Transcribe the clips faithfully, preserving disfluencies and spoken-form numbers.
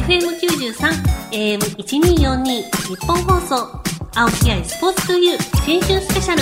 エフエムきゅうじゅうさん、エーエムせんにひゃくよんじゅうに 日本放送青木愛スポーツ トゥーユー 新春スペシャル。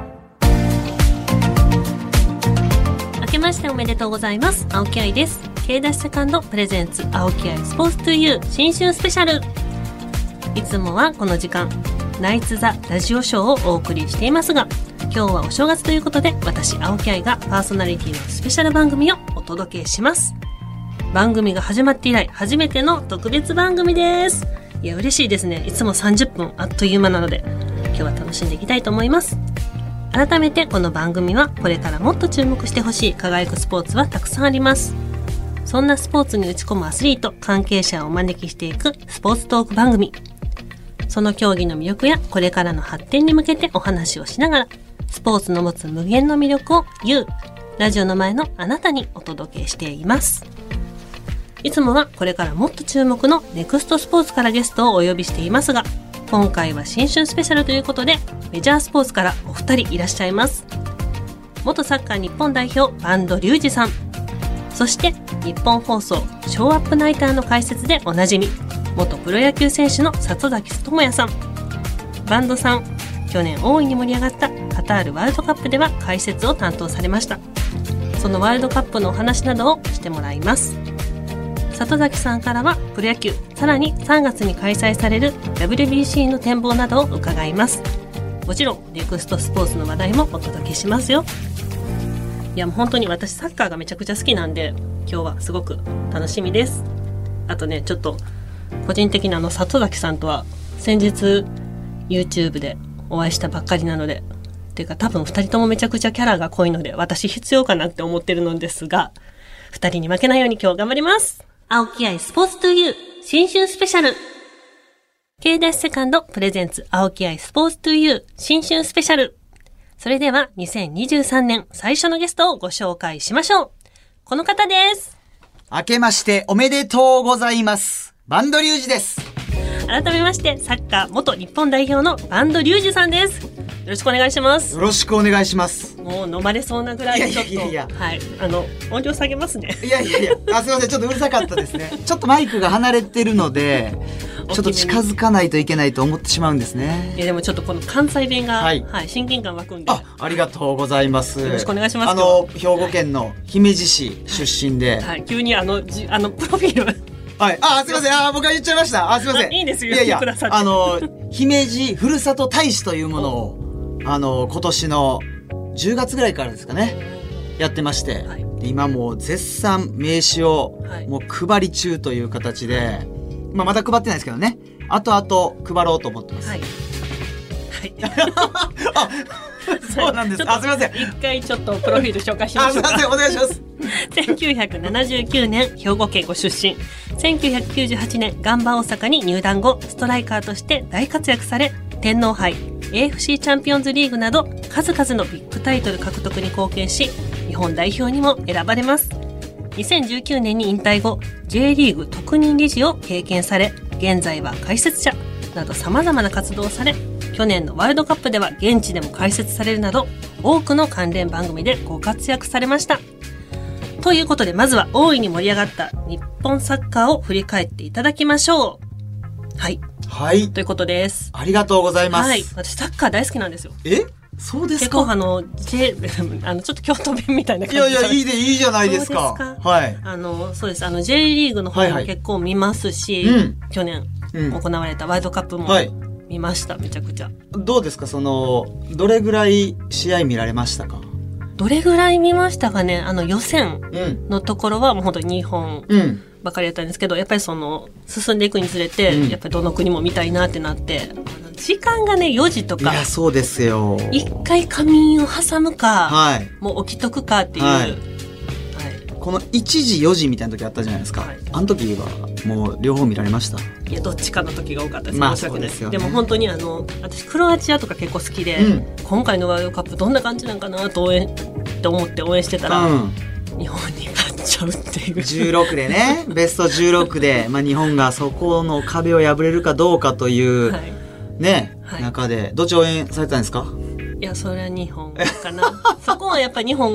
明けましておめでとうございます。青木愛です。 K ダッシュセカンドプレゼンツ青木愛スポーツ トゥーユー 新春スペシャル。いつもはこの時間ナイツザラジオショーをお送りしていますが、今日はお正月ということで、私青木愛がパーソナリティのスペシャル番組をお届けします。番組が始まって以来初めての特別番組です。いや嬉しいですね。いつもさんじゅっぷんあっという間なので、今日は楽しんでいきたいと思います。改めてこの番組はこれからもっと注目してほしい輝くスポーツはたくさんあります。そんなスポーツに打ち込むアスリート関係者をお招きしていくスポーツトーク番組、その競技の魅力やこれからの発展に向けてお話をしながら、スポーツの持つ無限の魅力を You ラジオの前のあなたにお届けしています。いつもはこれからもっと注目のネクストスポーツからゲストをお呼びしていますが、今回は新春スペシャルということでメジャースポーツからお二人いらっしゃいます。元サッカー日本代表バンドリュウジさん、そして日本放送ショーアップナイターの解説でおなじみ元プロ野球選手の里崎智也さん。バンドさん、去年大いに盛り上がったカタールワールドカップでは解説を担当されました。そのワールドカップのお話などをしてもらいます。里崎さんからはプロ野球、さらにさんがつに開催される ダブリュービーシー の展望などを伺います。もちろんネクストスポーツの話題もお届けしますよ。いやもう本当に私サッカーがめちゃくちゃ好きなんで、今日はすごく楽しみです。あとね、ちょっと個人的なあの里崎さんとは先日 YouTube でお会いしたばっかりなので、ていうか多分ふたりともめちゃくちゃキャラが濃いので私必要かなって思ってるのですが、ふたりに負けないように今日頑張ります。青木愛スポーツ トゥーユー 新春スペシャル。 K ダッシュセカンドプレゼンツ青木愛スポーツ トゥーユー 新春スペシャル。それではにせんにじゅうさんねん最初のゲストをご紹介しましょう。この方です。 明けましておめでとうございます。バンドリュウジです。 改めましてサッカー元日本代表のバンドリュウジさんです。よろしくお願いします。 よろしくお願いします。 もう飲まれそうなぐらいちょっと、いやいやいや、はい、あの音量下げますね。 いやいやいや、あ、すいません、ちょっとうるさかったですね。ちょっとマイクが離れてるのでちょっと近づかないといけないと思ってしまうんですね。 いやでもちょっとこの関西弁が、 はいはい、親近感湧くんで。 あ、ありがとうございます。 よろしくお願いします。 あの兵庫県の姫路市出身で、 はいはい、急にあのじあのプロフィールはい、あ、すいません、あ、僕が言っちゃいました。あ、すいません。 いいですよ。 いやいや、 くださって。 あの姫路ふるさと大使というものをあの今年のじゅうがつぐらいからですかね、やってまして、はい、今もう絶賛名刺をもう配り中という形で、はい、まあ、まだ配ってないですけどね、後々配ろうと思ってます。はい、はい、あ、そうなんです。あ、すいません、 一回ちょっとプロフィール紹介しましょうか。 あ、すいません、お願いします。 せんきゅうひゃくななじゅうきゅうねん兵庫県ご出身。せんきゅうひゃくきゅうじゅうはちねんガンバ大阪に入団後、ストライカーとして大活躍され、天皇杯、エーエフシー チャンピオンズリーグなど数々のビッグタイトル獲得に貢献し、日本代表にも選ばれます。にせんじゅうきゅうねんに引退後、 J リーグ特任理事を経験され、現在は解説者など様々な活動をされ、去年のワールドカップでは現地でも解説されるなど、多くの関連番組でご活躍されました。ということで、まずは大いに盛り上がった日本サッカーを振り返っていただきましょう。はい。 はい。 ということです。 ありがとうございます。 はい。私サッカー大好きなんですよ。 え？そうですか？ 結構あの、J、あの、ちょっと京都弁みたいな感じで。 いやいや、いいで、いいじゃないですか。 そうですか。 はい。 あの、そうです。あの、J リーグの方も結構見ますし、 はいはい、うん、 去年行われたワールドカップも見ました、はい、めちゃくちゃ。 どうですか、その、どれぐらい試合見られましたか？ どれぐらい見ましたかね。あの予選のところはもう本当ににほんばかりやったんですけど、やっぱりその進んでいくにつれて、うん、やっぱりどの国も見たいなってなって、時間がねよじとか、 いやそうですよ、 一回仮眠を挟むか、 はい、 もう起きとくかっていう、はいはい、 このいちじよじみたいな時あったじゃないですか、はい、あの時はもう両方見られました？ いやどっちかの時が多かったです。 まあ、 申し訳ないです。 そうですよね。 でも本当にあの私クロアチアとか結構好きで、うん、今回のワールドカップどんな感じなんかなと応援って思って応援してたら、うん、日本に勝っちゃうっていうじゅうろくでねベストじゅうろくで、まあ、日本がそこの壁を破れるかどうかという、はい、ね、はい、中でどっち応援されたんですか？ いやそれは日本かなそこはやっぱり日本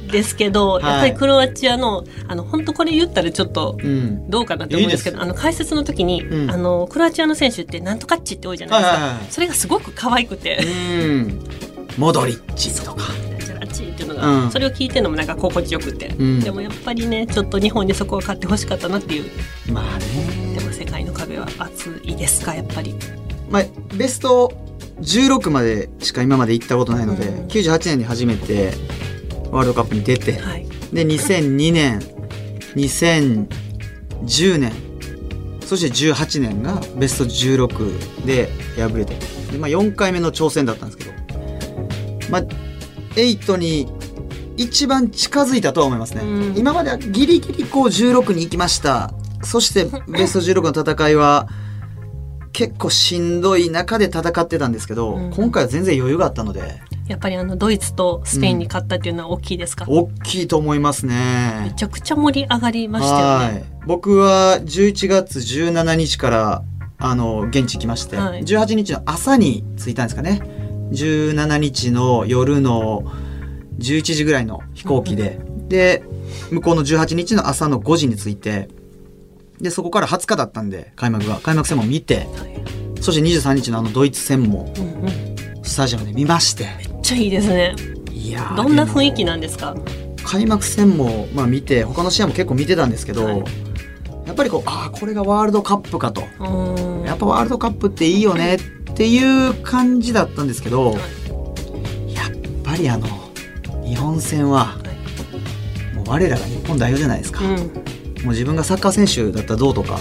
ですけど、やっぱりクロアチアの、あの、本当これ言ったらちょっと、どうかなと思うんですけど、うん、いいあの、解説の時に、うん、あの、クロアチアの選手ってなんとかっちって多いじゃないですか。はいはいはい、それがすごく可愛くて。 うん。モドリッチとか。 っていうのが、うん、それを聞いてるのもなんか心地よくて、うん、でもやっぱりねちょっと日本にそこは買ってほしかったなっていう。 まあね。 でも世界の壁は厚いですかやっぱり。 まあベストじゅうろくまでしか今まで行ったことないので、うん、きゅうじゅうはちねんに初めてワールドカップに出て、はい、でにせんにねんにせんじゅうねんそしてじゅうはちねんがベストじゅうろくで敗れてで、まあ、よんかいめの挑戦だったんですけど、まあエイトに一番近づいたとは思いますね、うん、今まではギリギリこうじゅうろくに行きました。そしてベストじゅうろくの戦いは結構しんどい中で戦ってたんですけど、うん、今回は全然余裕があったのでやっぱりあのドイツとスペインに勝ったっていうのは大きいですか？ うん、大きいと思いますね。 めちゃくちゃ盛り上がりましたよね。はい、 僕はじゅういちがつじゅうしちにちからあの現地来まして、はい、じゅうはちにちの朝に着いたんですかね。じゅうしちにちの夜のじゅういちじぐらいの飛行機で、うん、で向こうのじゅうはちにちの朝のごじに着いて、でそこからはつかだったんで開幕が開幕戦も見て、はい、そしてにじゅうさんにちのあのドイツ戦もスタジアムで見まして、 めっちゃいいですね。いやどんな雰囲気なんですか？ 開幕戦もまあ見て他の試合も結構見てたんですけど、はい、やっぱりこうああこれがワールドカップかと、やっぱワールドカップっていいよねっていう感じだったんですけど、やっぱりあの日本戦はもう我らが日本代表じゃないですか、うん、もう自分がサッカー選手だったらどうとか、はい、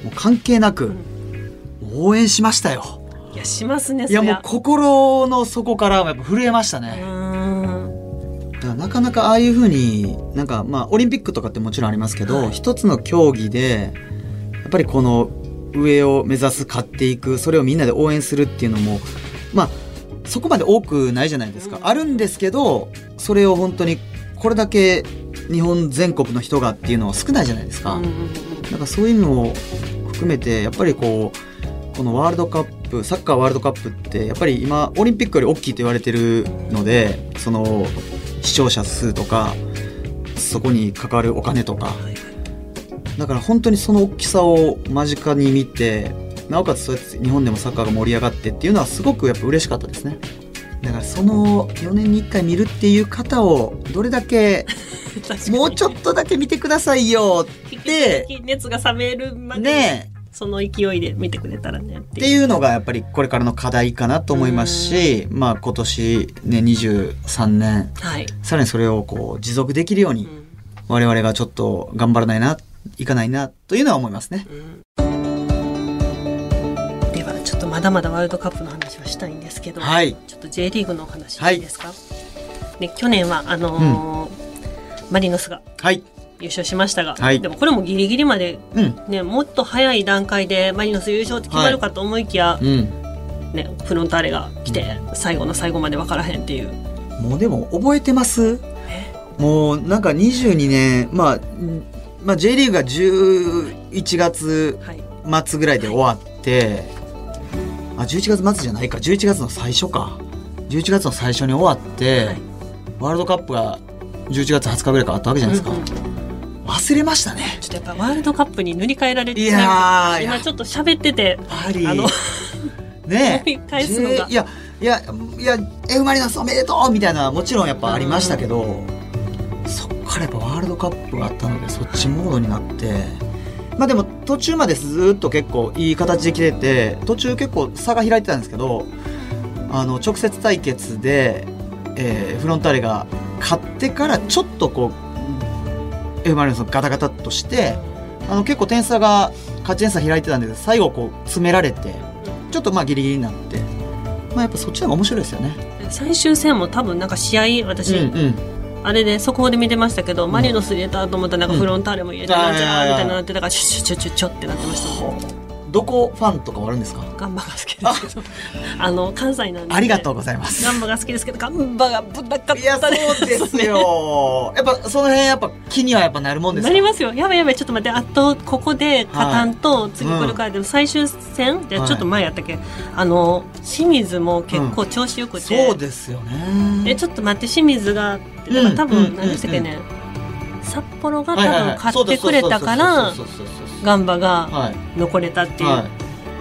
もう関係なく、うん、応援しましたよ。 いやしますね。 いやもう心の底からやっぱ震えましたね。うんだからなかなかああいう風になんかまあオリンピックとかってもちろんありますけど、はい、一つの競技でやっぱりこの上を目指す勝っていくそれをみんなで応援するっていうのもまあそこまで多くないじゃないですか、うん、あるんですけどそれを本当にこれだけ日本全国の人がっていうのは少ないじゃないですか、うん、だからそういうのを含めてやっぱりこうこのワールドカップサッカーワールドカップってやっぱり今オリンピックより大きいと言われてるのでその視聴者数とかそこに関わるお金とかだから本当にその大きさを間近に見てなおかつそうやって日本でもサッカーが盛り上がってっていうのはすごくやっぱ嬉しかったですね。だからそのよねんにいっかい見るっていう方をどれだけもうちょっとだけ見てくださいよって熱が冷めるまでねその勢いで見てくれたらねっていう、 っていうのがやっぱりこれからの課題かなと思いますし、まあ今年ねにじゅうさんねん、はい、さらにそれをこう持続できるように我々がちょっと頑張らないないかないなというのは思いますね、うん、 ではちょっとまだまだワールドカップの話はしたいんですけど、はい、ちょっと J リーグのお話いいですか、はい、で去年はあのーうん、マリノスが優勝しましたが、はい、でもこれもギリギリまで、ねうん、もっと早い段階でマリノス優勝って決まるかと思いきや、はいうんね、フロンターレが来て、うん、最後の最後まで分からへんっていう。 もうでも覚えてます？もうなんかにじゅうにねん、まあまあ、J リーグがじゅういちがつ末ぐらいで終わって、はい、あじゅういちがつ末じゃないかじゅういちがつの最初かじゅういちがつの最初に終わって、はい、ワールドカップがじゅういちがつはつかぐらいからあったわけじゃないですか、うんうん、忘れましたね。 ちょっとやっぱワールドカップに塗り替えられて、 いや今ちょっと喋っててあのね思い返すのが、 いやいやいや F マリノスおめでとうみたいなのはもちろんやっぱありましたけど、うん、そっからやっぱワールドカップがあったのでそっちモードになって、まあでも途中までずっと結構いい形で来てて途中結構差が開いてたんですけど、あの直接対決で、えー、フロンターレが勝ってからちょっとこう F マリノスガタガタっとしてあの結構点差が勝ち点差開いてたんで最後こう詰められてちょっとまあギリギリになって、まあ、やっぱそっちの方が面白いですよね。 最終戦も多分なんか試合私、うんうん、あれで速報で見てましたけど、うん、マリノス入れたと思ったらなんかフロンターレも入れたなんちゃらみたいななってたからちょちょちょちょってなってました、ね、 どこファンとかはあるんですか？ ガンバが好きですけどあの関西なんでありがとうございます。 ガンバが好きですけどガンバがぶんなかったです。 いやそうですよやっぱその辺やっぱ気にはやっぱなるもんですか？ なりますよ。やばいやばいちょっと待ってあとここで勝たんと次これからでも最終戦、うん、じゃちょっと前やったっけ、はい、あの清水も結構調子よくて、 うん、そうですよね。 えちょっと待って清水がだから多分何でしたっけね、札幌が多分買ってくれたからガンバが残れたっていう、はい、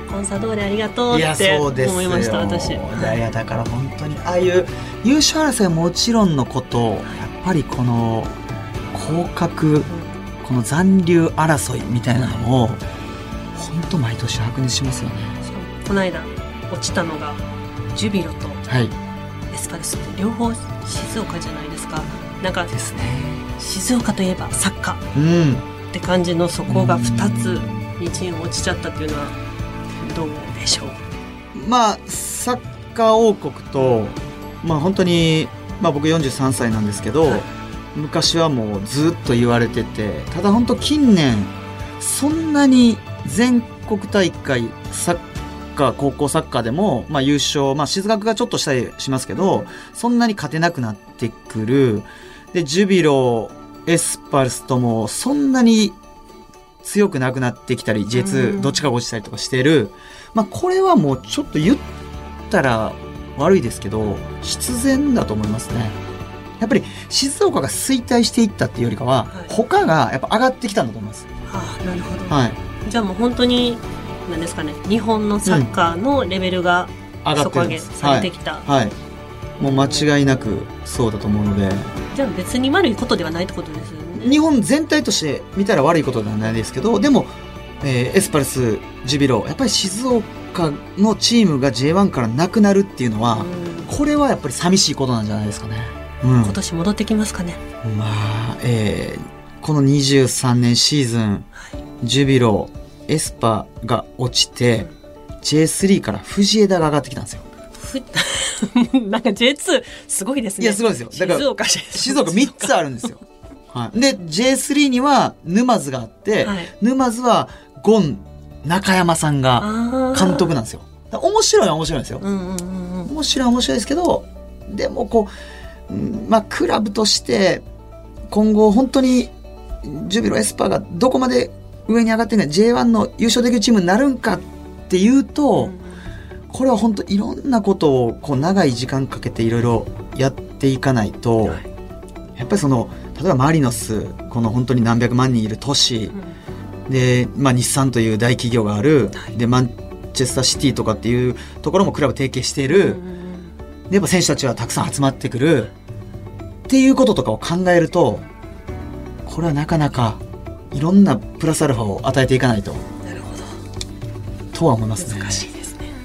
コンサドーレありがとうって思いました私。いやいやだから本当にああいう優勝争いはもちろんのことやっぱりこの降格、うん、この残留争いみたいなのも本当毎年白熱しますよね。 しかもこの間落ちたのがジュビロとエスパルスって両方静岡じゃないですか。なんかですね静岡といえばサッカー、うん、って感じのそこがふたつにチーム落ちちゃったっていうのはどうでしょう？ まあサッカー王国と、まあ、本当に、まあ、僕よんじゅうさんさいなんですけど、はい、昔はもうずっと言われててただ本当近年そんなに全国大会サッカー高校サッカーでも、まあ、優勝、まあ、静学がちょっとしたりしますけど、うん、そんなに勝てなくなってくる。でジュビロエスパルスともそんなに強くなくなってきたり ジェイツー どっちかが落ちたりとかしてる、まあ、これはもうちょっと言ったら悪いですけど必然だと思いますね。やっぱり静岡が衰退していったっていうよりかは、はい、他がやっぱ上がってきたんだと思います。 はあ、なるほど、はい、じゃあもう本当に何ですかね日本のサッカーのレベルが底上げされてきた、うんはいはいもう間違いなくそうだと思うので。 じゃあ別に悪いことではないってことですよね。 日本全体として見たら悪いことではないですけどでも、えー、エスパルスジュビロやっぱり静岡のチームが ジェイワン からなくなるっていうのは、うん、これはやっぱり寂しいことなんじゃないですかね、 うん、今年戻ってきますかね。 まあ、えー、このにじゅうさんねんシーズン、はい、ジュビロエスパが落ちて、うん、ジェイスリー から藤枝が上がってきたんですよ。 なんか ジェイツー すごいですね。 いやすごいですよ。だから静岡静岡みっつあるんですよ、はい、で ジェイスリー には沼津があって、はい、沼津はゴン中山さんが監督なんですよ。面白いは面白いんですよ、うんうんうん、面白いは面白いですけどでもこう、まあ、クラブとして今後本当にジュビロエスパがどこまで上に上がってね ジェイワン の優勝できるチームになるんかっていうと、うんこれは本当いろんなことをこう長い時間かけていろいろやっていかないと、はい、やっぱりその例えばマリノスこの本当に何百万人いる都市、うん、で、まあ、日産という大企業がある、はい、でマンチェスターシティとかっていうところもクラブ提携している、うん、でやっぱ選手たちはたくさん集まってくるっていうこととかを考えるとこれはなかなかいろんなプラスアルファを与えていかないとなるほどとは思いますね。 難しいですね。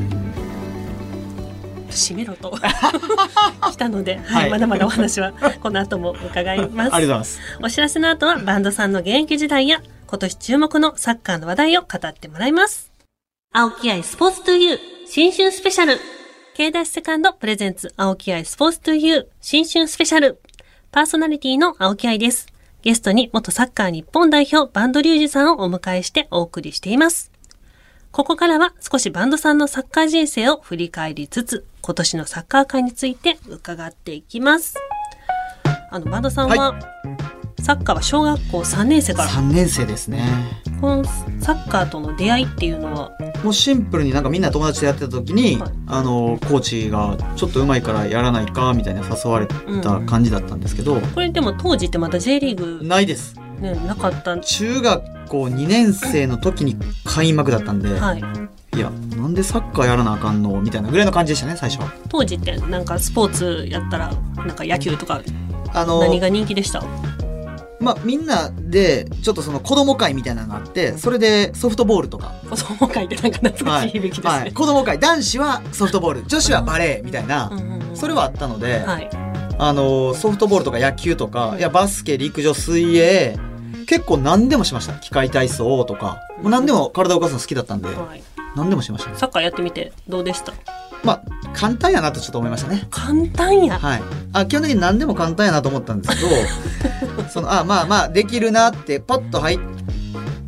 締めろと来たので、はいはい、まだまだお話はこの後も伺います。 ありがとうございます。 お知らせの後はバンドさんの現役時代や今年注目のサッカーの話題を語ってもらいます。青木愛スポーツ トゥーユー 新春スペシャル K ダッシュセカンドプレゼンツ青木愛スポーツ トゥーユー 新春スペシャルパーソナリティの青木愛です。ゲストに元サッカー日本代表バンドリュウジさんをお迎えしてお送りしています。ここからは少しバンドさんのサッカー人生を振り返りつつ、今年のサッカー界について伺っていきます。あのバンドさんは、はい、サッカーは小学校さんねん生から。 さんねん生ですね。 このサッカーとの出会いっていうのはもうシンプルになんかみんな友達とやってた時に、はい、あのコーチがちょっと上手いからやらないかみたいな誘われた感じだったんですけど、うん、 これでも当時ってまた J リーグないです、 ね、なかった。 中学校にねん生の時に開幕だったんで、はい、いやなんでサッカーやらなあかんのみたいなぐらいの感じでしたね最初は。 当時ってなんかスポーツやったらなんか野球とかあの何が人気でした？ まあ、みんなでちょっとその子供会みたいなのがあってそれでソフトボールとか子供会ってなんか懐かしい響きですね、はいはい、 子供会男子はソフトボール女子はバレーみたいな、うんうんうん、それはあったので、はい、あのソフトボールとか野球とか、うん、いやバスケ陸上水泳結構何でもしました。器械体操とか、うん、もう何でも体を動かすの好きだったんで、はい、何でもしましたね。 サッカーやってみてどうでした？ まあ簡単やなとちょっと思いましたね。 簡単や、 はい、あ基本的に何でも簡単やなと思ったんですけどそのあまあまあできるなってパッと入っ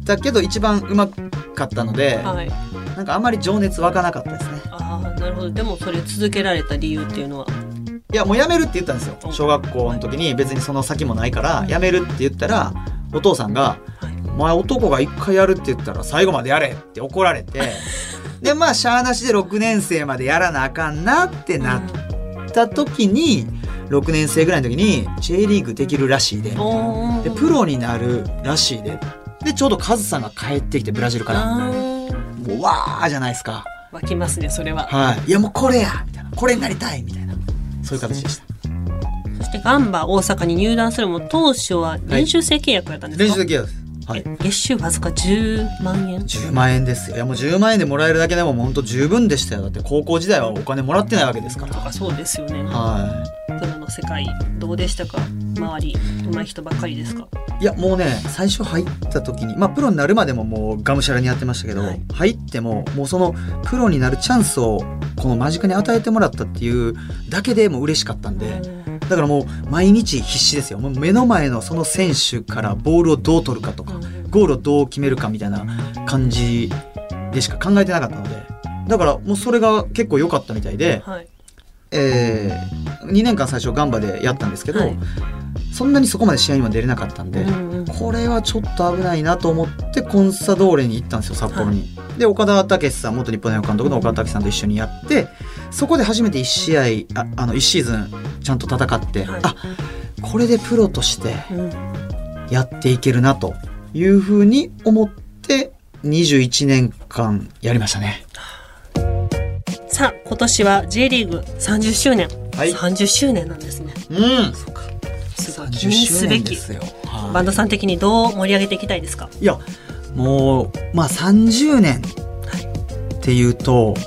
たけど一番うまかったので、 はい、 なんかあんまり情熱湧かなかったですね。 ああ、なるほど。でもそれ続けられた理由っていうのは？ いやもうやめるって言ったんですよ。小学校の時に別にその先もないからやめるって言ったら、お父さんが、はい、お前男が一回やるって言ったら最後までやれって怒られてでまあしゃあなしでろくねん生までやらなあかんなってなった時に、ろくねん生ぐらいの時に J リーグできるらしいで、でプロになるらしいで、でちょうどカズさんが帰ってきてブラジルからもうわーじゃないですか。 湧きますねそれは。 はい、いやもうこれやみたいな、これになりたいみたいな、そういう形でした。 そしてガンバ大阪に入団するも当初は練習生契約やったんですか？ 練習生契約です。はい、 月収わずかじゅうまんえん。 じゅうまんえんですよ。いやもうじゅうまんえんでもらえるだけでも本当十分でしたよ。だって高校時代はお金もらってないわけですから。 そうですよね。 はい。 プロの世界どうでしたか？周り上手い人ばっかりですか？ いやもうね、最初入った時に、まあプロになるまでももうがむしゃらにやってましたけど、はい、入ってももうそのプロになるチャンスをこの間近に与えてもらったっていうだけでも嬉しかったんで、だからもう毎日必死ですよ。もう目の前のその選手からボールをどう取るかとか、ゴールをどう決めるかみたいな感じでしか考えてなかったので、だからもうそれが結構良かったみたいで、はい、えー、にねんかん最初ガンバでやったんですけど、はい、そんなにそこまで試合にも出れなかったんで、うんうん、これはちょっと危ないなと思ってコンサドーレに行ったんですよ、札幌に。はい、で岡田武史さん、元日本代表監督の岡田武史さんと一緒にやって、そこで初めていち試合、ああのいちシーズンちゃんと戦って、はい、あ、これでプロとしてやっていけるなというふうに思ってにじゅういちねんかんやりましたね。 さあ今年は J リーグさんじゅっしゅうねん、 はい、 さんじゅっしゅうねんなんですね。 うん、 そうか、すごい記念すべき。はい、バンドさん的にどう盛り上げていきたいですか？ いやもうまあさんじゅうねんっていうと、はい、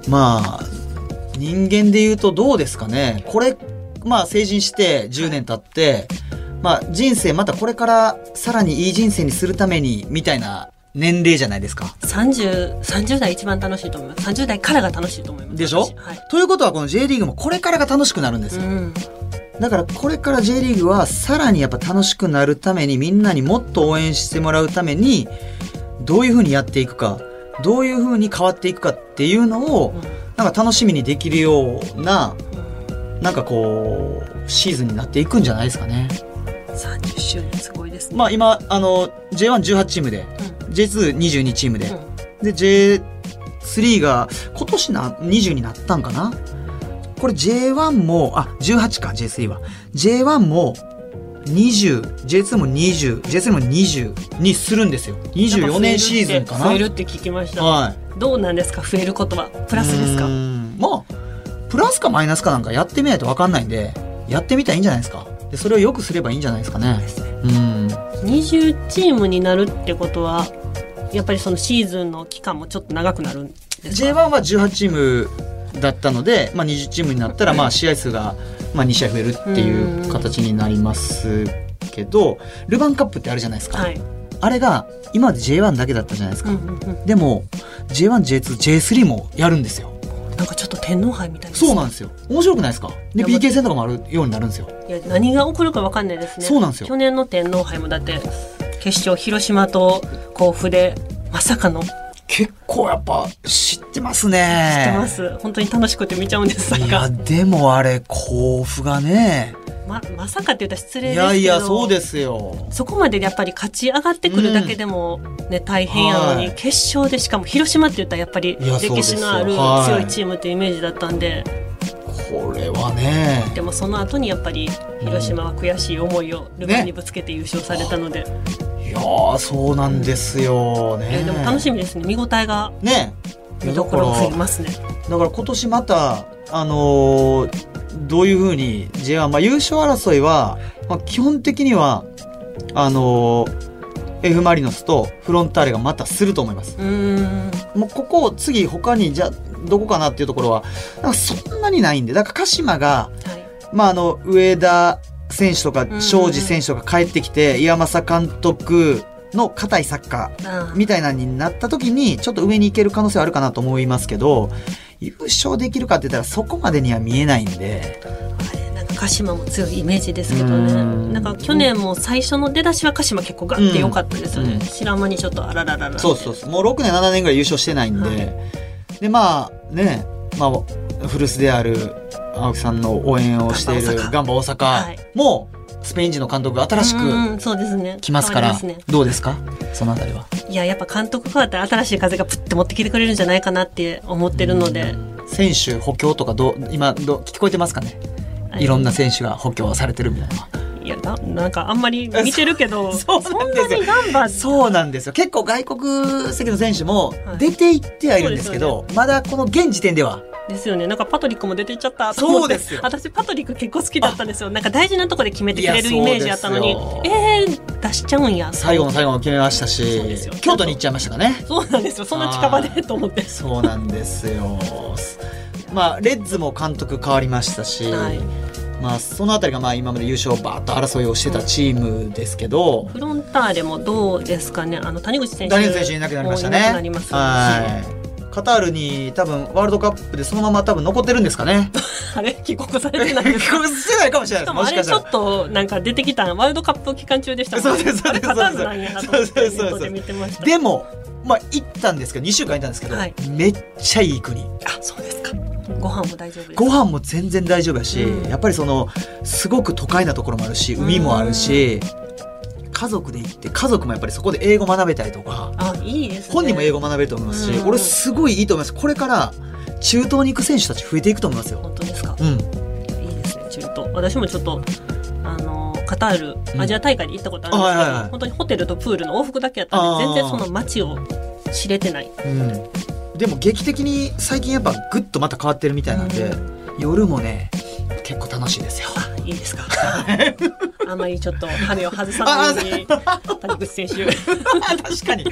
まあ人間でいうとどうですかね。これまあ成人してじゅうねん経って、まあ人生またこれからさらにいい人生にするためにみたいな年齢じゃないですか。 さんじゅう、さんじゅう代一番楽しいと思います。さんじゅう代からが楽しいと思います。 でしょ、はい、ということはこの J リーグもこれからが楽しくなるんですよ。うん、だからこれから J リーグはさらにやっぱ楽しくなるために、みんなにもっと応援してもらうためにどういうふうにやっていくか、どういうふうに変わっていくかっていうのを、うん、なんか楽しみにできるような、うん、なんかこうシーズンになっていくんじゃないですかね。 さんじゅっしゅうねんすごいですね。 まあ今あの ジェイワンじゅうはち チームで、うん、ジェイツーにじゅうに チームで、うん、で ジェイスリー が今年なにじゅうになったんかな。これ ジェイワン もあじゅうはちか ジェイスリー は ジェイワン もにじゅう、ジェイツー もにじゅう、ジェイスリー もにじゅうにするんですよ。にじゅうよねんシーズンかな。 増えるって聞きました。 はい。 どうなんですか、増えることはプラスですか？ まあプラスかマイナスかなんかやってみないと分かんないんで、やってみたらいいんじゃないですか。でそれをよくすればいいんじゃないですかね。うん。 にじゅうチームになるってことはやっぱりそのシーズンの期間もちょっと長くなるんですか？ ジェイワン はじゅうはちチームだったので、まあ、にじゅうチームになったらまあ試合数がまあに試合増えるっていう形になりますけど、ルヴァンカップってあるじゃないですか、はい、あれが今まで ジェイワン だけだったじゃないですか、うんうんうん、でも ジェイワン、ジェイツー、ジェイスリー もやるんですよ。 なんかちょっと天皇杯みたいですね。 そうなんですよ。面白くないですか。で ピーケー 戦とかもあるようになるんですよ。 いや何が起こるか分かんないですね。 そうなんですよ。 去年の天皇杯もだって決勝広島と甲府でまさかの。 結構やっぱ知ってますね。 知ってます。本当に楽しくて見ちゃうんです。 いやでもあれ甲府がね、 ま, まさかって言ったら失礼ですけど、 いやいやそうですよ。 そこまでやっぱり勝ち上がってくるだけでも、ね、うん、大変やのに、はい、決勝でしかも広島って言ったらやっぱり歴史のある強いチームっていうイメージだったんで、 これはね。 でもその後にやっぱり広島は悔しい思いをルヴァンにぶつけて優勝されたので、ね、 いやーそうなんですよね、 えー、でも楽しみですね。見応えがね、見どころが増えますね。 だから今年またあのー、どういうふうに ジェイワン、まあ、優勝争いは、まあ、基本的にはあのー、F マリノスとフロンターレがまたすると思います。うーん、もうここ次他にじゃどこかなっていうところはなんかそんなにないんで、だから鹿島が、はい、まあ、あの上田選手とか庄司選手とか帰ってきて岩政監督の固いサッカーみたいなになった時にちょっと上に行ける可能性はあるかなと思いますけど、優勝できるかって言ったらそこまでには見えないんで。 あれなんか鹿島も強いイメージですけどね。なんか去年も最初の出だしは鹿島結構ガッて良かったですよね。白間にちょっとあらららら。 そうそうそう。もうろくねんななねんぐらい優勝してないんで、はい、でまあね、まあ古巣である青木さんの応援をしているガンバ大阪もスペイン人の監督が新しく来ますから、どうですかそのあたりは。いややっぱ監督変わったら新しい風がプッて持ってきてくれるんじゃないかなって思ってるので、 選手補強とかどう今どう聞こえてますかね。いろんな選手が補強されてるみたいな。 いや な, なんかあんまり見てるけどそ, そんなに頑張ってそうなんですよ。結構外国籍の選手も出ていってはいるんですけど、はい、まだこの現時点ではですよね。なんかパトリックも出ていっちゃったと思って。 そうですよ。 私パトリック結構好きだったんですよ。なんか大事なところで決めてくれるイメージあったのに、えー、出しちゃうんや。 最後の最後も決めましたし、京都に行っちゃいましたかね。 そうなんですよ。そんな近場でと思って。 そうなんですよ。まあレッズも監督変わりましたし、はい、まあ、そのあたりがまあ今まで優勝バーッと争いをしてたチームですけど、 うん、フロンターレもどうですかね。あの谷口選手谷口選手いなくなりましたね。 いなくなりますし、はいカタールに多分ワールドカップでそのまま多分残ってるんですかね。 あれ帰国されてないですか。 帰国してないかもしれないです。 もしかしたらあれちょっとなんか出てきたワールドカップ期間中でしたもんね。そうですそうです。カタールなんやなと思ってネットで見てました。 でもまあ行ったんですけどにしゅうかん行ったんですけど、はい、めっちゃいい国。 あ、そうですか。ご飯も大丈夫ですか。 ご飯も全然大丈夫だし、うん、やっぱりそのすごく都会なところもあるし海もあるし、家族で行って家族もやっぱりそこで英語学べたりとか、 あ、いいですね、 本人も英語学べると思いますし、うん、俺すごいいいと思います。これから中東に行く選手たち増えていくと思いますよ。 本当ですか。 うん、いいですね。中東、私もちょっとあのカタールアジア大会で行ったことあるんですけど、うんはいはいはい、本当にホテルとプールの往復だけやったんで全然その街を知れてない、うん、 でも劇的に最近やっぱグッとまた変わってるみたいなんで、うん、夜もね結構楽しいですよ。 あ、いいですか。あまりちょっと羽を外さないように谷口選手確かに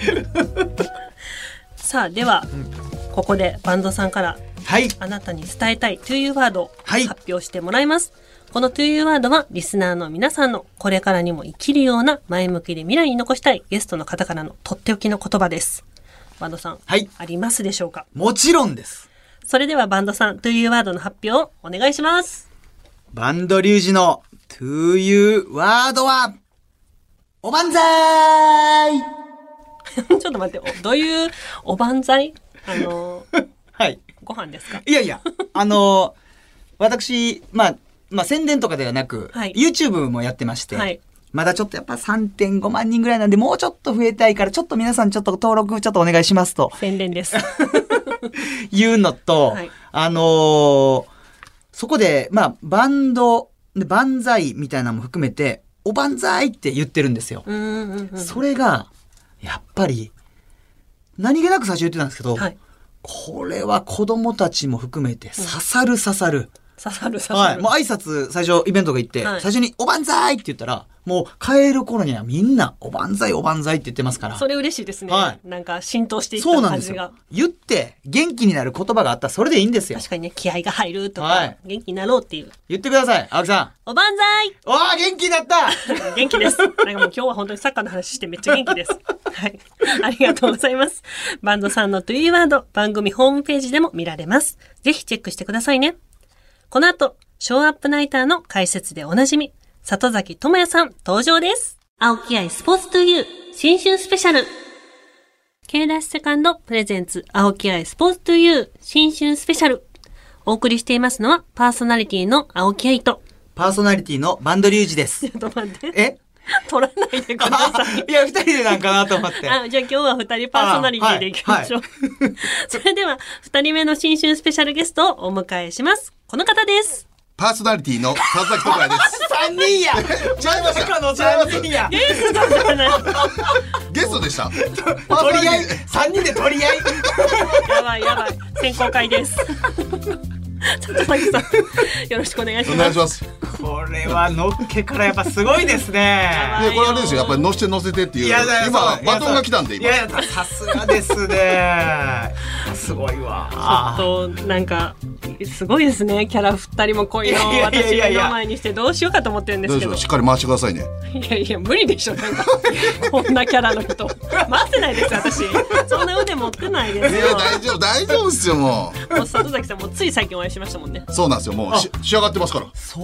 さあでは、うん、ここでバンドさんから、はい、あなたに伝えたい トゥーユー ワードを発表してもらいます、はい、この トゥーユー ワードはリスナーの皆さんのこれからにも生きるような前向きで未来に残したいゲストの方からのとっておきの言葉です。バンドさん、はい、ありますでしょうか。 もちろんです。 それではバンドさん トゥーユー ワードの発表をお願いします。 バンドリュウジの トゥーユー ワードはおばんざいちょっと待って、どういうおばんざい、あのはい、 ご飯ですか。 いやいや、あの私、まあ、まあ宣伝とかではなく、はい、YouTube もやってまして、はい、まだちょっとやっぱ さんてんごまんにんぐらいなんでもうちょっと増えたいからちょっと皆さんちょっと登録ちょっとお願いしますと宣伝ですいうのと、はい、あのー、そこでまあバンドで万歳みたいなのも含めておばんざいって言ってるんですよ。うんうんうん、それがやっぱり何気なく最初言ってたんですけど、はい、これは子供たちも含めて刺さる刺さる、うん、 刺さる刺さる、 はい、もう挨拶最初イベントが行って、はい、最初におばんざいって言ったらもう帰る頃にはみんなおばんざいおばんざいって言ってますから、 それ嬉しいですね、はい、なんか浸透していった感じが。 言って元気になる言葉があったらそれでいいんですよ。 確かにね、気合が入るとか、はい、元気になろうっていう言ってください。青木さんおばんざい。 おー元気になった元気です。なんかもう今日は本当にサッカーの話してめっちゃ元気ですはい、ありがとうございます。バンドさんのトゥーユーワード番組ホームページでも見られます。ぜひチェックしてくださいね。この後ショーアップナイターの解説でおなじみ里崎智也さん登場です。青木愛スポーツトゥーユー新春スペシャル K ダッシュセカンドプレゼンツ青木愛スポーツトゥーユー新春スペシャル。お送りしていますのはパーソナリティの青木愛とパーソナリティのバンドリュウジです。 ちょっと待って。 え取らないでください。 いや、二人でなんかなと思って。 あ、じゃあ今日は二人パーソナリティでいきましょう。はいはい、それでは、二人目の新春スペシャルゲストをお迎えします。この方です。 パーソナリティの里崎智也です。 三人や。違いました。の三人や。 ゲストじゃない。 ゲストでした。 取り合い。三人で取り合い。 やばいやばい。選考会です。里崎さん、よろしくお願いします。 お願いします。 これはのっけからやっぱすごいですね。 でこれはですよ、やっぱり乗せて乗せてっていう。いや今バトンが来たんで今。 いやさすがですね。すごいわ。 ちょっとなんかすごいですね。キャラ二人もこういうのを私の前にしてどうしようかと思ってるんですけど。 しっかり回してくださいね。 いやいや無理でしょ。なんかこんなキャラの人回せないです私。そんな腕持ってないですよ。 いや大丈夫大丈夫ですよもう。 もう里崎さんもつい最近お会いしましたもんね。 そうなんですよ。もう仕上がってますから。 そうですか。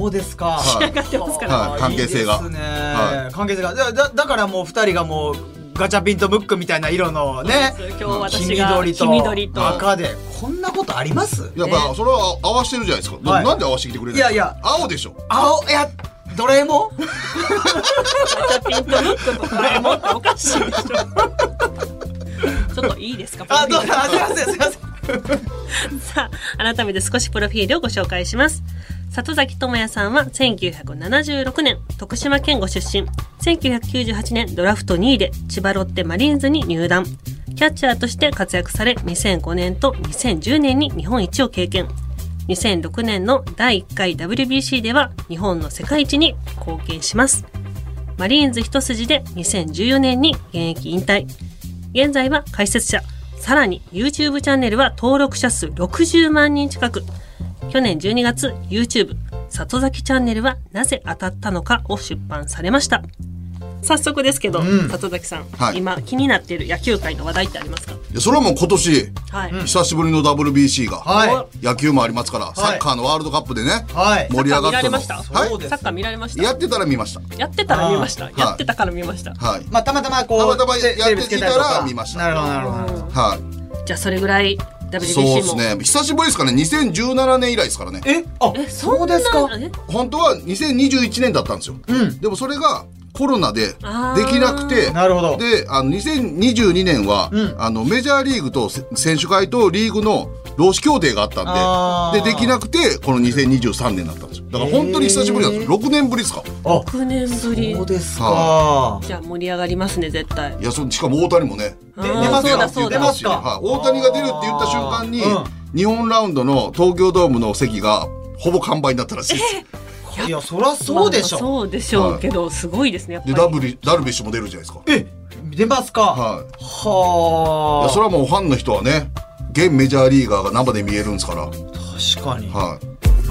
は仕上がってますから、 はい、関係性がいいですね、 はい、 関係性がだ, だ, だからもうふたりがもうガチャピンとムックみたいな色のね、 今日私黄が緑と黄緑と赤でこんなことあります？ やっぱそれは合わせてるじゃないですか、 はい、 なんで合わせてきてくれない？ いやいや青でしょ。 青いやドラえもんガチャピンとムックとドラえもんっておかしいでしょちょっといいですか？ あ、どうぞ、すいませんすいませんさあ改めて少しプロフィールをご紹介します。里崎智也さんはせんきゅうひゃくななじゅうろくねん徳島県ご出身。せんきゅうひゃくきゅうじゅうはちねんドラフトにいで千葉ロッテマリーンズに入団。キャッチャーとして活躍されにせんごねんとにせんじゅうねんに日本一を経験。にせんろくねんのだいいっかい ダブリュービーシー では日本の世界一に貢献します。マリーンズ一筋でにせんじゅうよねんに現役引退。現在は解説者、さらに YouTube チャンネルは登録者数ろくじゅうまんにん近く。去年じゅうにがつ YouTube 里崎チャンネルはなぜ当たったのかを出版されました。早速ですけど、うん、里崎さん、はい、今気になっている野球界の話題ってありますか？ いやそれはもう今年、はい、久しぶりの ダブリュービーシー が、はい、野球もありますから、はい、サッカーのワールドカップでね、はい、盛り上がったの。サッカー見られました？はい、サッカー見られました？やってたら見ました。やってたら見ました。やってたから見ました。はい。 まあたまたまこうたまたまやってきたら見ました。 なるほどなるほど。 はい。 じゃあそれぐらい ダブリュービーシー もそうですね。久しぶりですかね。にせんじゅうななねん以来ですからね。 え、あ、えそうですか。 本当はにせんにじゅういちねんだったんですよ。うん。でもそれがコロナでできなくて、 なるほど。 で、あのにせんにじゅうにねんは、うん、あのメジャーリーグと選手会とリーグの労使協定があったんで、でできなくてこのにせんにじゅうさんねんだったんですよ。だから本当に久しぶりなんですよ。ろくねんぶりですか。 ろくねんぶり。 そうですか。 じゃあ盛り上がりますね絶対。 いや、そしかも大谷もね。 出ますよ。そうだそうだ。 はい。大谷が出るって言った瞬間に、うん、日本ラウンドの東京ドームの席がほぼ完売になったらしいです。えーいやそりゃそうでしょ、 まあ、そうでしょうけど、はい、すごいですねやっぱり。 でダブリダルビッシュも出るじゃないですか。 え出ますか。 はい。はあ。いやそれはもうファンの人はね現メジャーリーガーが生で見えるんですから。 確かに。 はい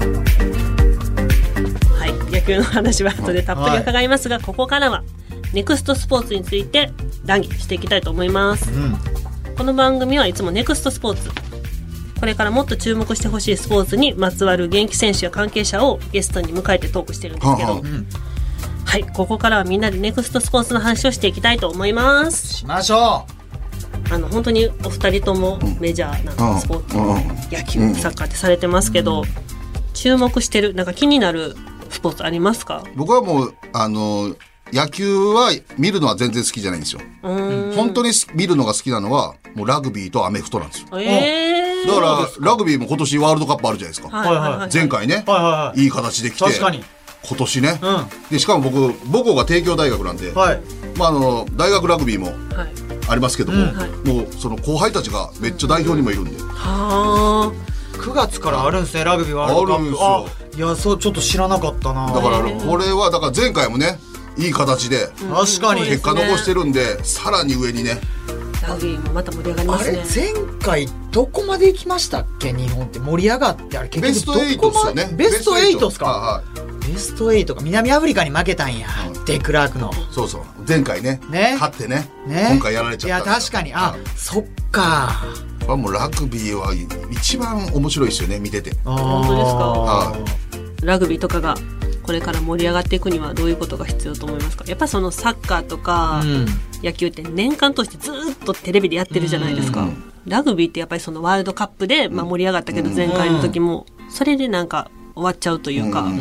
、はい、野球の話は後でたっぷり伺いますが、はい、ここからはネクストスポーツについて談義していきたいと思います、うん、この番組はいつもネクストスポーツ、これからもっと注目してほしいスポーツにまつわる現役選手や関係者をゲストに迎えてトークしてるんですけど、はあはあ、はい、ここからはみんなでネクストスポーツの話をしていきたいと思います。 しましょう。あの本当にお二人ともメジャーなスポーツ、うんうん、野球、うん、サッカーってされてますけど、うん、注目してるなんか気になるスポーツありますか？ 僕はもうあの野球は見るのは全然好きじゃないんですよ。本当に見るのが好きなのはもうラグビーとアメフトなんですよ。 えー、 だからラグビーも今年ワールドカップあるじゃないですか、 はいはいはい、 前回ね、はいはいはい、いい形できて確かに今年ね、うん、でしかも僕母校が帝京大学なんで、はい、まあ、あの大学ラグビーもありますけども、はいうん、もうその後輩たちがめっちゃ代表にもいるんで、うん、 はーくがつからあるんですねラグビーワールドカップ。あるんですよ。いやそうちょっと知らなかったな。 だからこれはだから前回もねいい形で確かに結果残してるんで、さらに上にねラグビーもまた盛り上がりますね。 あれ前回どこまで行きましたっけ日本って盛り上がってあれ結局どこまでベストエイトですか。はい、ベストエイトか南アフリカに負けたんや、うん、デクラークの。 そうそう前回 ね, ね勝って ね, ね今回やられちゃった。 いや確かにあ、はい、そっかもうラグビーは一番面白いですよね見てて。 本当ですか。はい、ラグビーとかがこれから盛り上がっていくにはどういうことが必要と思いますか？やっぱそのサッカーとか野球って年間通してずっとテレビでやってるじゃないですか、うん、ラグビーってやっぱりそのワールドカップで、まあ、盛り上がったけど前回の時もそれでなんか終わっちゃうというか、うんうん、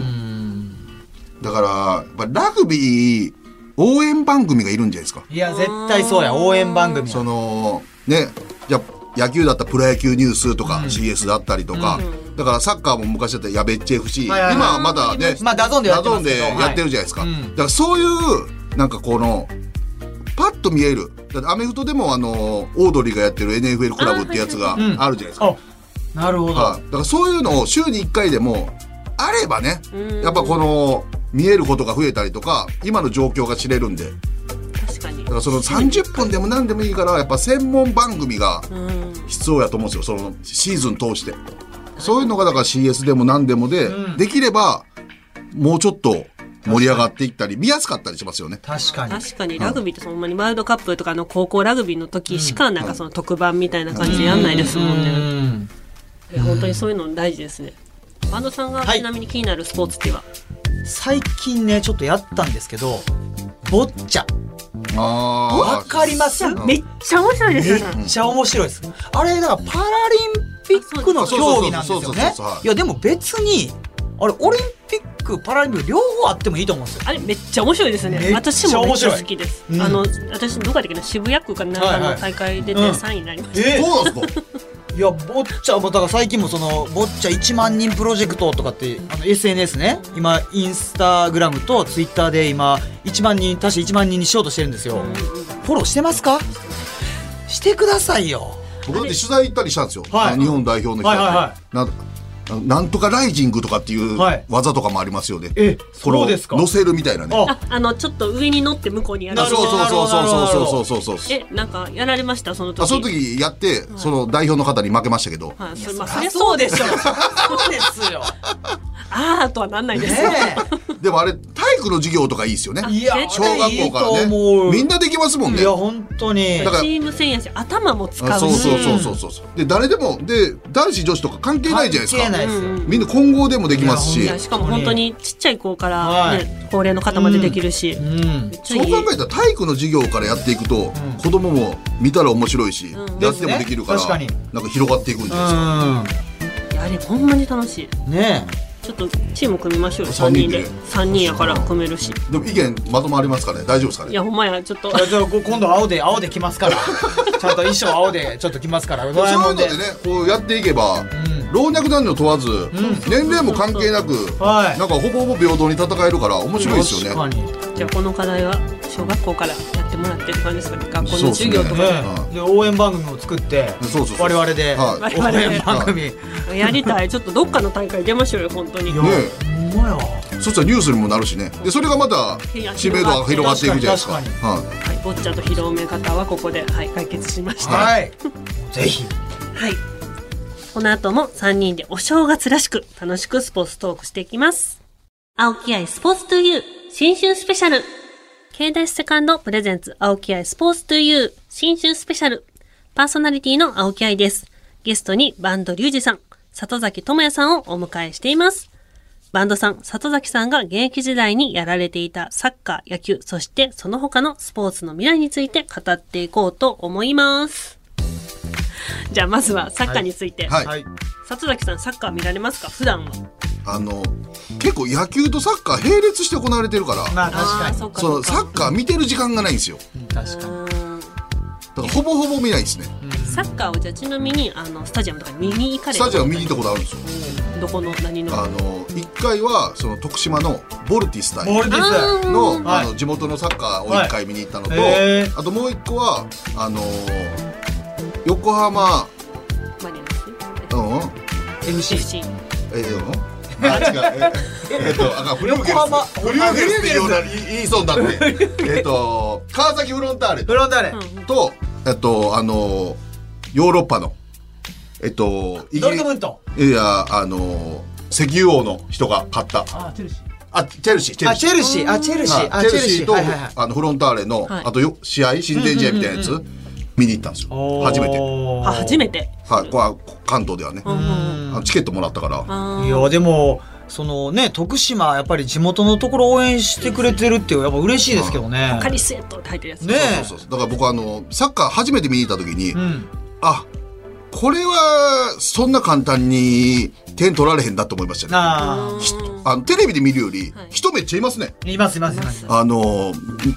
だからやっぱラグビー応援番組がいるんじゃないですか。 いや絶対そうや応援番組。 そのねじゃ野球だったらプロ野球ニュースとか シーエス だったりとか、うん、だからサッカーも昔だったらやべっち エフシー、はいはいはい、今はまだね、 まあ、ダゾーンでやってますけどダゾーンでやってるじゃないですか、はい、だからそういうなんかこのパッと見えるだってアメフトでもあのオードリーがやってる エヌエフエル クラブってやつがあるじゃないですか、うん、 なるほど、 はい、だからそういうのを週にいっかいでもあればねやっぱこの見えることが増えたりとか今の状況が知れるんで。だからそのさんじゅっぷんでも何でもいいからやっぱ専門番組が必要やと思うんですよそのシーズン通して。そういうのがだから シーエス でも何でもで、うん、できればもうちょっと盛り上がっていったり見やすかったりしますよね。 確かに確かにラグビーってそんなにワールドカップとかの高校ラグビーの時しかなんかその特番みたいな感じでやんないですもんね、うんうん、本当にそういうの大事ですね。 バンドさんがちなみに気になるスポーツっては、はい、 最近ねちょっとやったんですけどボッチャ。 あわかります？ めっちゃ面白いですよね。 めっちゃ面白いです。あれだからパラリンピックの競技なんですよね。いやでも別にあれオリンピックパラリンピック両方あってもいいと思うんですよ。 あれめっちゃ面白いですね。私もめっちゃ好きです、うん、あの私どこだっけな、渋谷区かなんかの大会出てさんいになりました、 はいはい、うん、えー、そうなんですかいやボッチャもだから最近もそのボッチャいちまんにんプロジェクトとかってあの エスエヌエス ね、今インスタグラムとツイッターで今いちまんにん足していちまんにんにしようとしてるんですよ、うんうん、フォローしてますか？してくださいよ。 僕だって取材行ったりしたんですよ、はい、日本代表の人、はいはいはい、ななんとかライジングとかっていう技とかもありますよね、はい、えそうですか。乗せるみたいなね、 ああのちょっと上に乗って向こうにやる。 そうそうそうそうそうそうそうそう。 えなんかやられましたその時？ あその時やって、はい、その代表の方に負けましたけど、 はい、それまあそりゃそうでしょそうですよあーとはなんないですよ、ね、 でもあれ体育の授業とかいいですよね。 いや小学校からねみんなできますもんね。 いや本当にだからチーム戦やし頭も使うし、 そうそうそうそうそうで誰でもで男子女子とか関係ないじゃないですか。 関係ないですよ、 うん、みんな混合でもできますし、 しかも本当にちっちゃい子から、ねはい、高齢の方までできるし、うんうん、 そう考えたら体育の授業からやっていくと、うん、子供も見たら面白いし、うん、やってもできるから、ね、なんか広がっていくんじゃないですか、 うん、いやあれほんまに楽しいね。ちょっとチーム組みましょうよ。さんにんでさんにんやから組めるし。 でも意見まとまりますかね。大丈夫ですかね。 いやほんまやちょっと今度青で青で来ますからちゃんと衣装青でちょっと来ますから。 そういうのでねこうやっていけば、うん、老若男女問わず、うん、年齢も関係なく、はい、なんかほぼほぼ平等に戦えるから面白いですよね。 じゃあこの課題は小学校からやってもらってる感じですかね。学校の授業とか で,、ねうん、で応援番組を作ってそうそうそう我々で、はい、応援番組、 はい、やりたい。ちょっとどっかの大会出ましょうよ本当に。ねほんまや。そしたらニュースにもなるしね。でそれがまた知名度が広がっていくじゃないですか。はい、 はい、ボッチャと広め方はここで、はい、解決しました。 はいぜひ。 はい。この後もさんにんでお正月らしく楽しくスポーツトークしていきます。青木愛スポーツトゥユー新春スペシャル。Kダッシュセカンドプレゼンツ青木愛スポーツトゥユー新春スペシャル。パーソナリティの青木愛です。ゲストにバンドリュウジさん、里崎智也さんをお迎えしています。バンドさん、里崎さんが現役時代にやられていたサッカー、野球、そしてその他のスポーツの未来について語っていこうと思います。じゃあまずはサッカーについて、はいはい、里崎さんサッカー見られますか普段は？あの結構野球とサッカー並列して行われてるから、 まあ確かにそのサッカー見てる時間がないんですよ。 確かに。 だからほぼほぼ見ないですね。 サッカーをじゃあちなみにあのスタジアムとか見に行かれる？ スタジアム見に行ったことあるんですよ。 どこの何の？ あのいっかいはその徳島のボルティス対ボルティスの, あの地元のサッカーをいっかい見に行ったのと、はい、あともういっこはあの横浜マリノス、 うん、 エフシーえー、うんあ違うええっとあフリューゲルスフリューゲルスって言うな言いそうになってえっと川崎フロンターレフロンターレとえっとあのヨーロッパのえっとドルトムントいやあの石油王の人が買ったあチェルシーあチェルシーチェルシーあチェルシーあチェルシーあチェルシーとあのフロンターレのあとよ試合親善試合みたいなやつ見に行ったんですよ初めて。 あ初めてはいこれは関東ではねあのチケットもらったから。 いやでもそのね徳島やっぱり地元のところ応援してくれてるっていうやっぱ嬉しいですけどね。 ポカリスエットって入ってるやつね。 そうそうそうだから僕はあのサッカー初めて見に行った時に、うん、あこれはそんな簡単に点取られへんだと思いましたね。ああのテレビで見るより、はい、人めっちゃいますね。 いますいますいます。 あの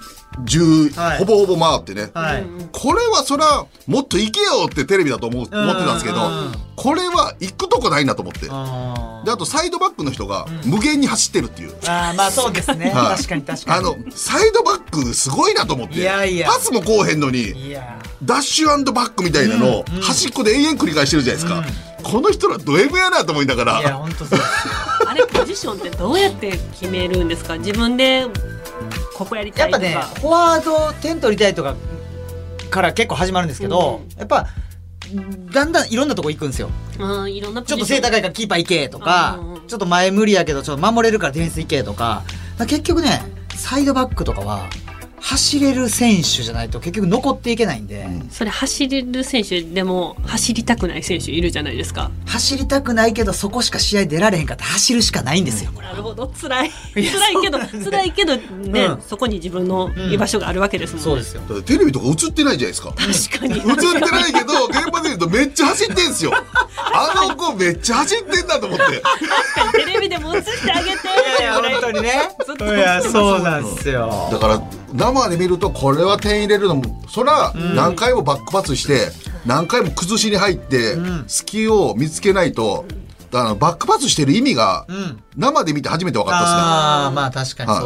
10、はい、ほぼほぼ回ってね、 はい、 これはそらもっと行けよってテレビだと思う思ってたんですけどこれは行くとこないなと思ってあであとサイドバックの人が無限に走ってるっていう、 うん、あまあそうですね、はい、確かに確かにあのサイドバックすごいなと思っていやいやパスもこうへんのにいやダッシュ&バックみたいなのを端っこで延々繰り返してるじゃないですか、うん、この人らド M やなと思いながらいや本当そうですあれポジションってどうやって決めるんですか自分でここやりたいとか。 やっぱねフォワード点取りたいとかから結構始まるんですけど、うん、やっぱだんだんいろんなとこ行くんですよ。 あいろんなちょっと背高いからキーパー行けとか、うん、ちょっと前無理やけどちょっと守れるからディフェンス行けとか結局ねサイドバックとかは走れる選手じゃないと結局残っていけないんで、うん、 それ走れる選手でも走りたくない選手いるじゃないですか。 走りたくないけどそこしか試合出られへんかったら走るしかないんですよ、うん、 なるほど、辛い辛いけど辛いけどね、うん、そこに自分の居場所があるわけですもんね、 そうですよ。 だってテレビとか映ってないじゃないですか。 確かに映ってないけど現場で見るとめっちゃ走ってんですよ。あの子めっちゃ走ってんだと思って確かにテレビでも映してあげていやいや本当にねいやそうなんですよ。 だから生で見るとこれは点入れるのもそら何回もバックパスして何回も崩しに入って隙を見つけないと、あのバックパスしてる意味が生で見て初めて分かったですね。 ああまあ確かにそう、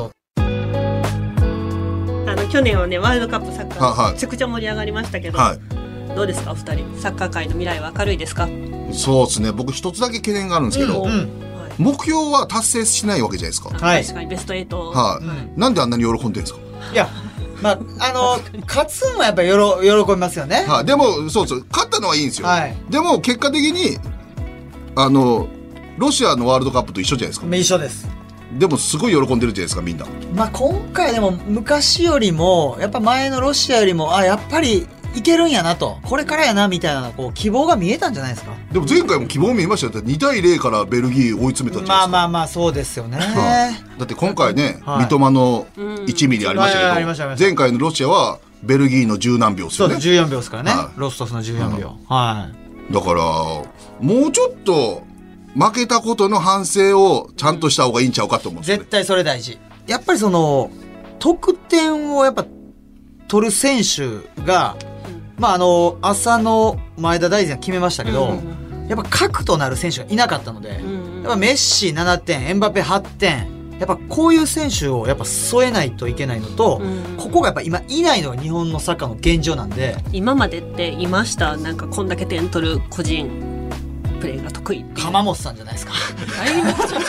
はい、あの去年はねワールドカップサッカーめちゃくちゃ盛り上がりましたけど、はい、どうですかお二人、サッカー界の未来は明るいですか？ そうですね、僕一つだけ懸念があるんですけど、うんうん、目標は達成しないわけじゃないですか。 はい、確かにベストエイト、 はい、うん、なんであんなに喜んでるんですか？ いやまあ、あの勝つのはやっぱり喜びますよね、 はい、でもそうそう勝ったのはいいんですよ、はい、でも結果的にあのロシアのワールドカップと一緒じゃないですか。 一緒です。 でもすごい喜んでるじゃないですかみんな。 まあ今回でも昔よりもやっぱ前のロシアよりもあやっぱりいけるんやなと、これからやなみたいなこう希望が見えたんじゃないですか。 でも前回も希望見えましたよ。にたいゼロからベルギー追い詰めたじゃないですか。 まあまあまあそうですよね、 はあ、だって今回ね、はい、三笘のいちミリありましたけど、うん、前回のロシアはベルギーの十何秒ですよね。 そうじゅうよんびょうですからね、はい、ロストフのじゅうよんびょう、うん、はい、 だからもうちょっと負けたことの反省をちゃんとした方がいいんちゃうかと思うんですよね。 絶対それ大事。やっぱりその得点をやっぱ取る選手がまああの浅野前田大然決めましたけど、うん、やっぱ核となる選手がいなかったので、うん、やっぱメッシななてんエムバペはってん、やっぱこういう選手をやっぱ添えないといけないのと、うん、ここがやっぱ今いないのが日本のサッカーの現状なんで。 今までっていましたなんかこんだけ点取る個人プレーが得意っていう。 鎌本さんじゃないですか。 だいぶ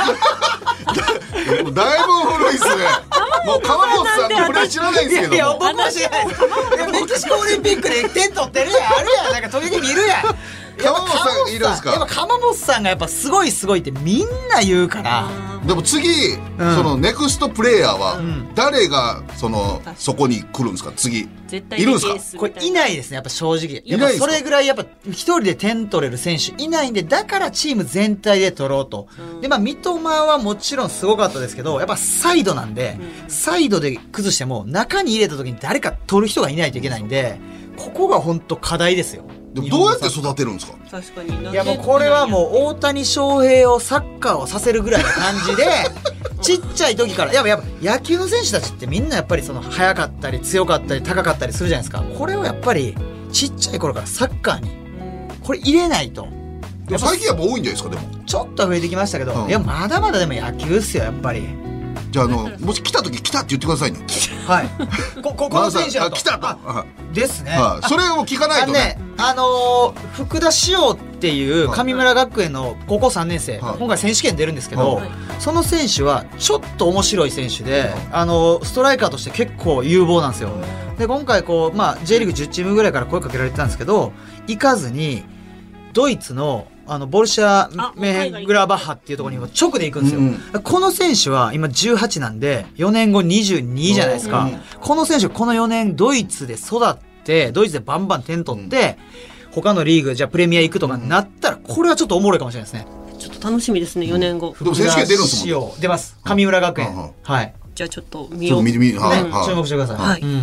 古いっすね。もう鎌本さんのプレー知らないんですけども。 いや僕も知らないです。メキシコオリンピックで点取ってるやんあるやん、なんか時々見るやん。 鎌本さんいるんですか。 やっぱ鎌本さんがやっぱすごいすごいってみんな言うから。 でも次、うん、そのネクストプレイヤーは誰がそのそこに来るんですか次。 絶対いるんですか。 これいないですねやっぱ正直。やっぱそれぐらいやっぱ一人で点取れる選手いないんで、だからチーム全体で取ろうと、うん、でまあ三笘はもちろんすごかったですけど、やっぱサイドなんで、うん、サイドで崩しても中に入れた時に誰か取る人がいないといけないんで、ここが本当課題ですよ。 でもどうやって育てるんですか。 確かに。 いやもうこれはもう大谷翔平をサッカーをさせるぐらいの感じでちっちゃい時からやっぱやっぱ野球の選手たちってみんなやっぱりその速かったり強かったり高かったりするじゃないですか。これをやっぱりちっちゃい頃からサッカーにこれ入れないと。 でも最近やっぱ多いんじゃないですか。でもちょっと増えてきましたけど、うん、いやまだまだでも野球っすよやっぱり。 じゃあ、あのもし来た時来たって言ってくださいね。 はい。こここの選手は来たとですね。 はい、それを聞かないとね。 あのー、福田師王っていう神村学園の高校さんねん生、はい、今回選手権出るんですけど、はい、その選手はちょっと面白い選手で、はい、あのー、ストライカーとして結構有望なんですよ。で今回こう、まあ、J リーグじゅうチームぐらいから声かけられてたんですけど行かずにドイツのあのボルシャメヘングラバッハっていうところに直で行くんですよ、うん、この選手は今じゅうはちなんでよねんごにじゅうにじゃないですか、うん、この選手このよねんドイツで育ってドイツでバンバン点取って、うん、他のリーグじゃあプレミア行くとかになったらこれはちょっとおもろいかもしれないですね。 ちょっと楽しみですねよねんご、 うん、でも選手権出るんですもん。 出ます神村学園、うん、はいじゃあちょっと見よう、 見見、はいねはい、注目してください、 はい、うん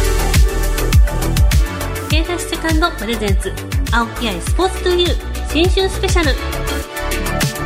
、Kダッシュセカンドプレゼンツ青木愛スポーツトゥユー新春スペシャル。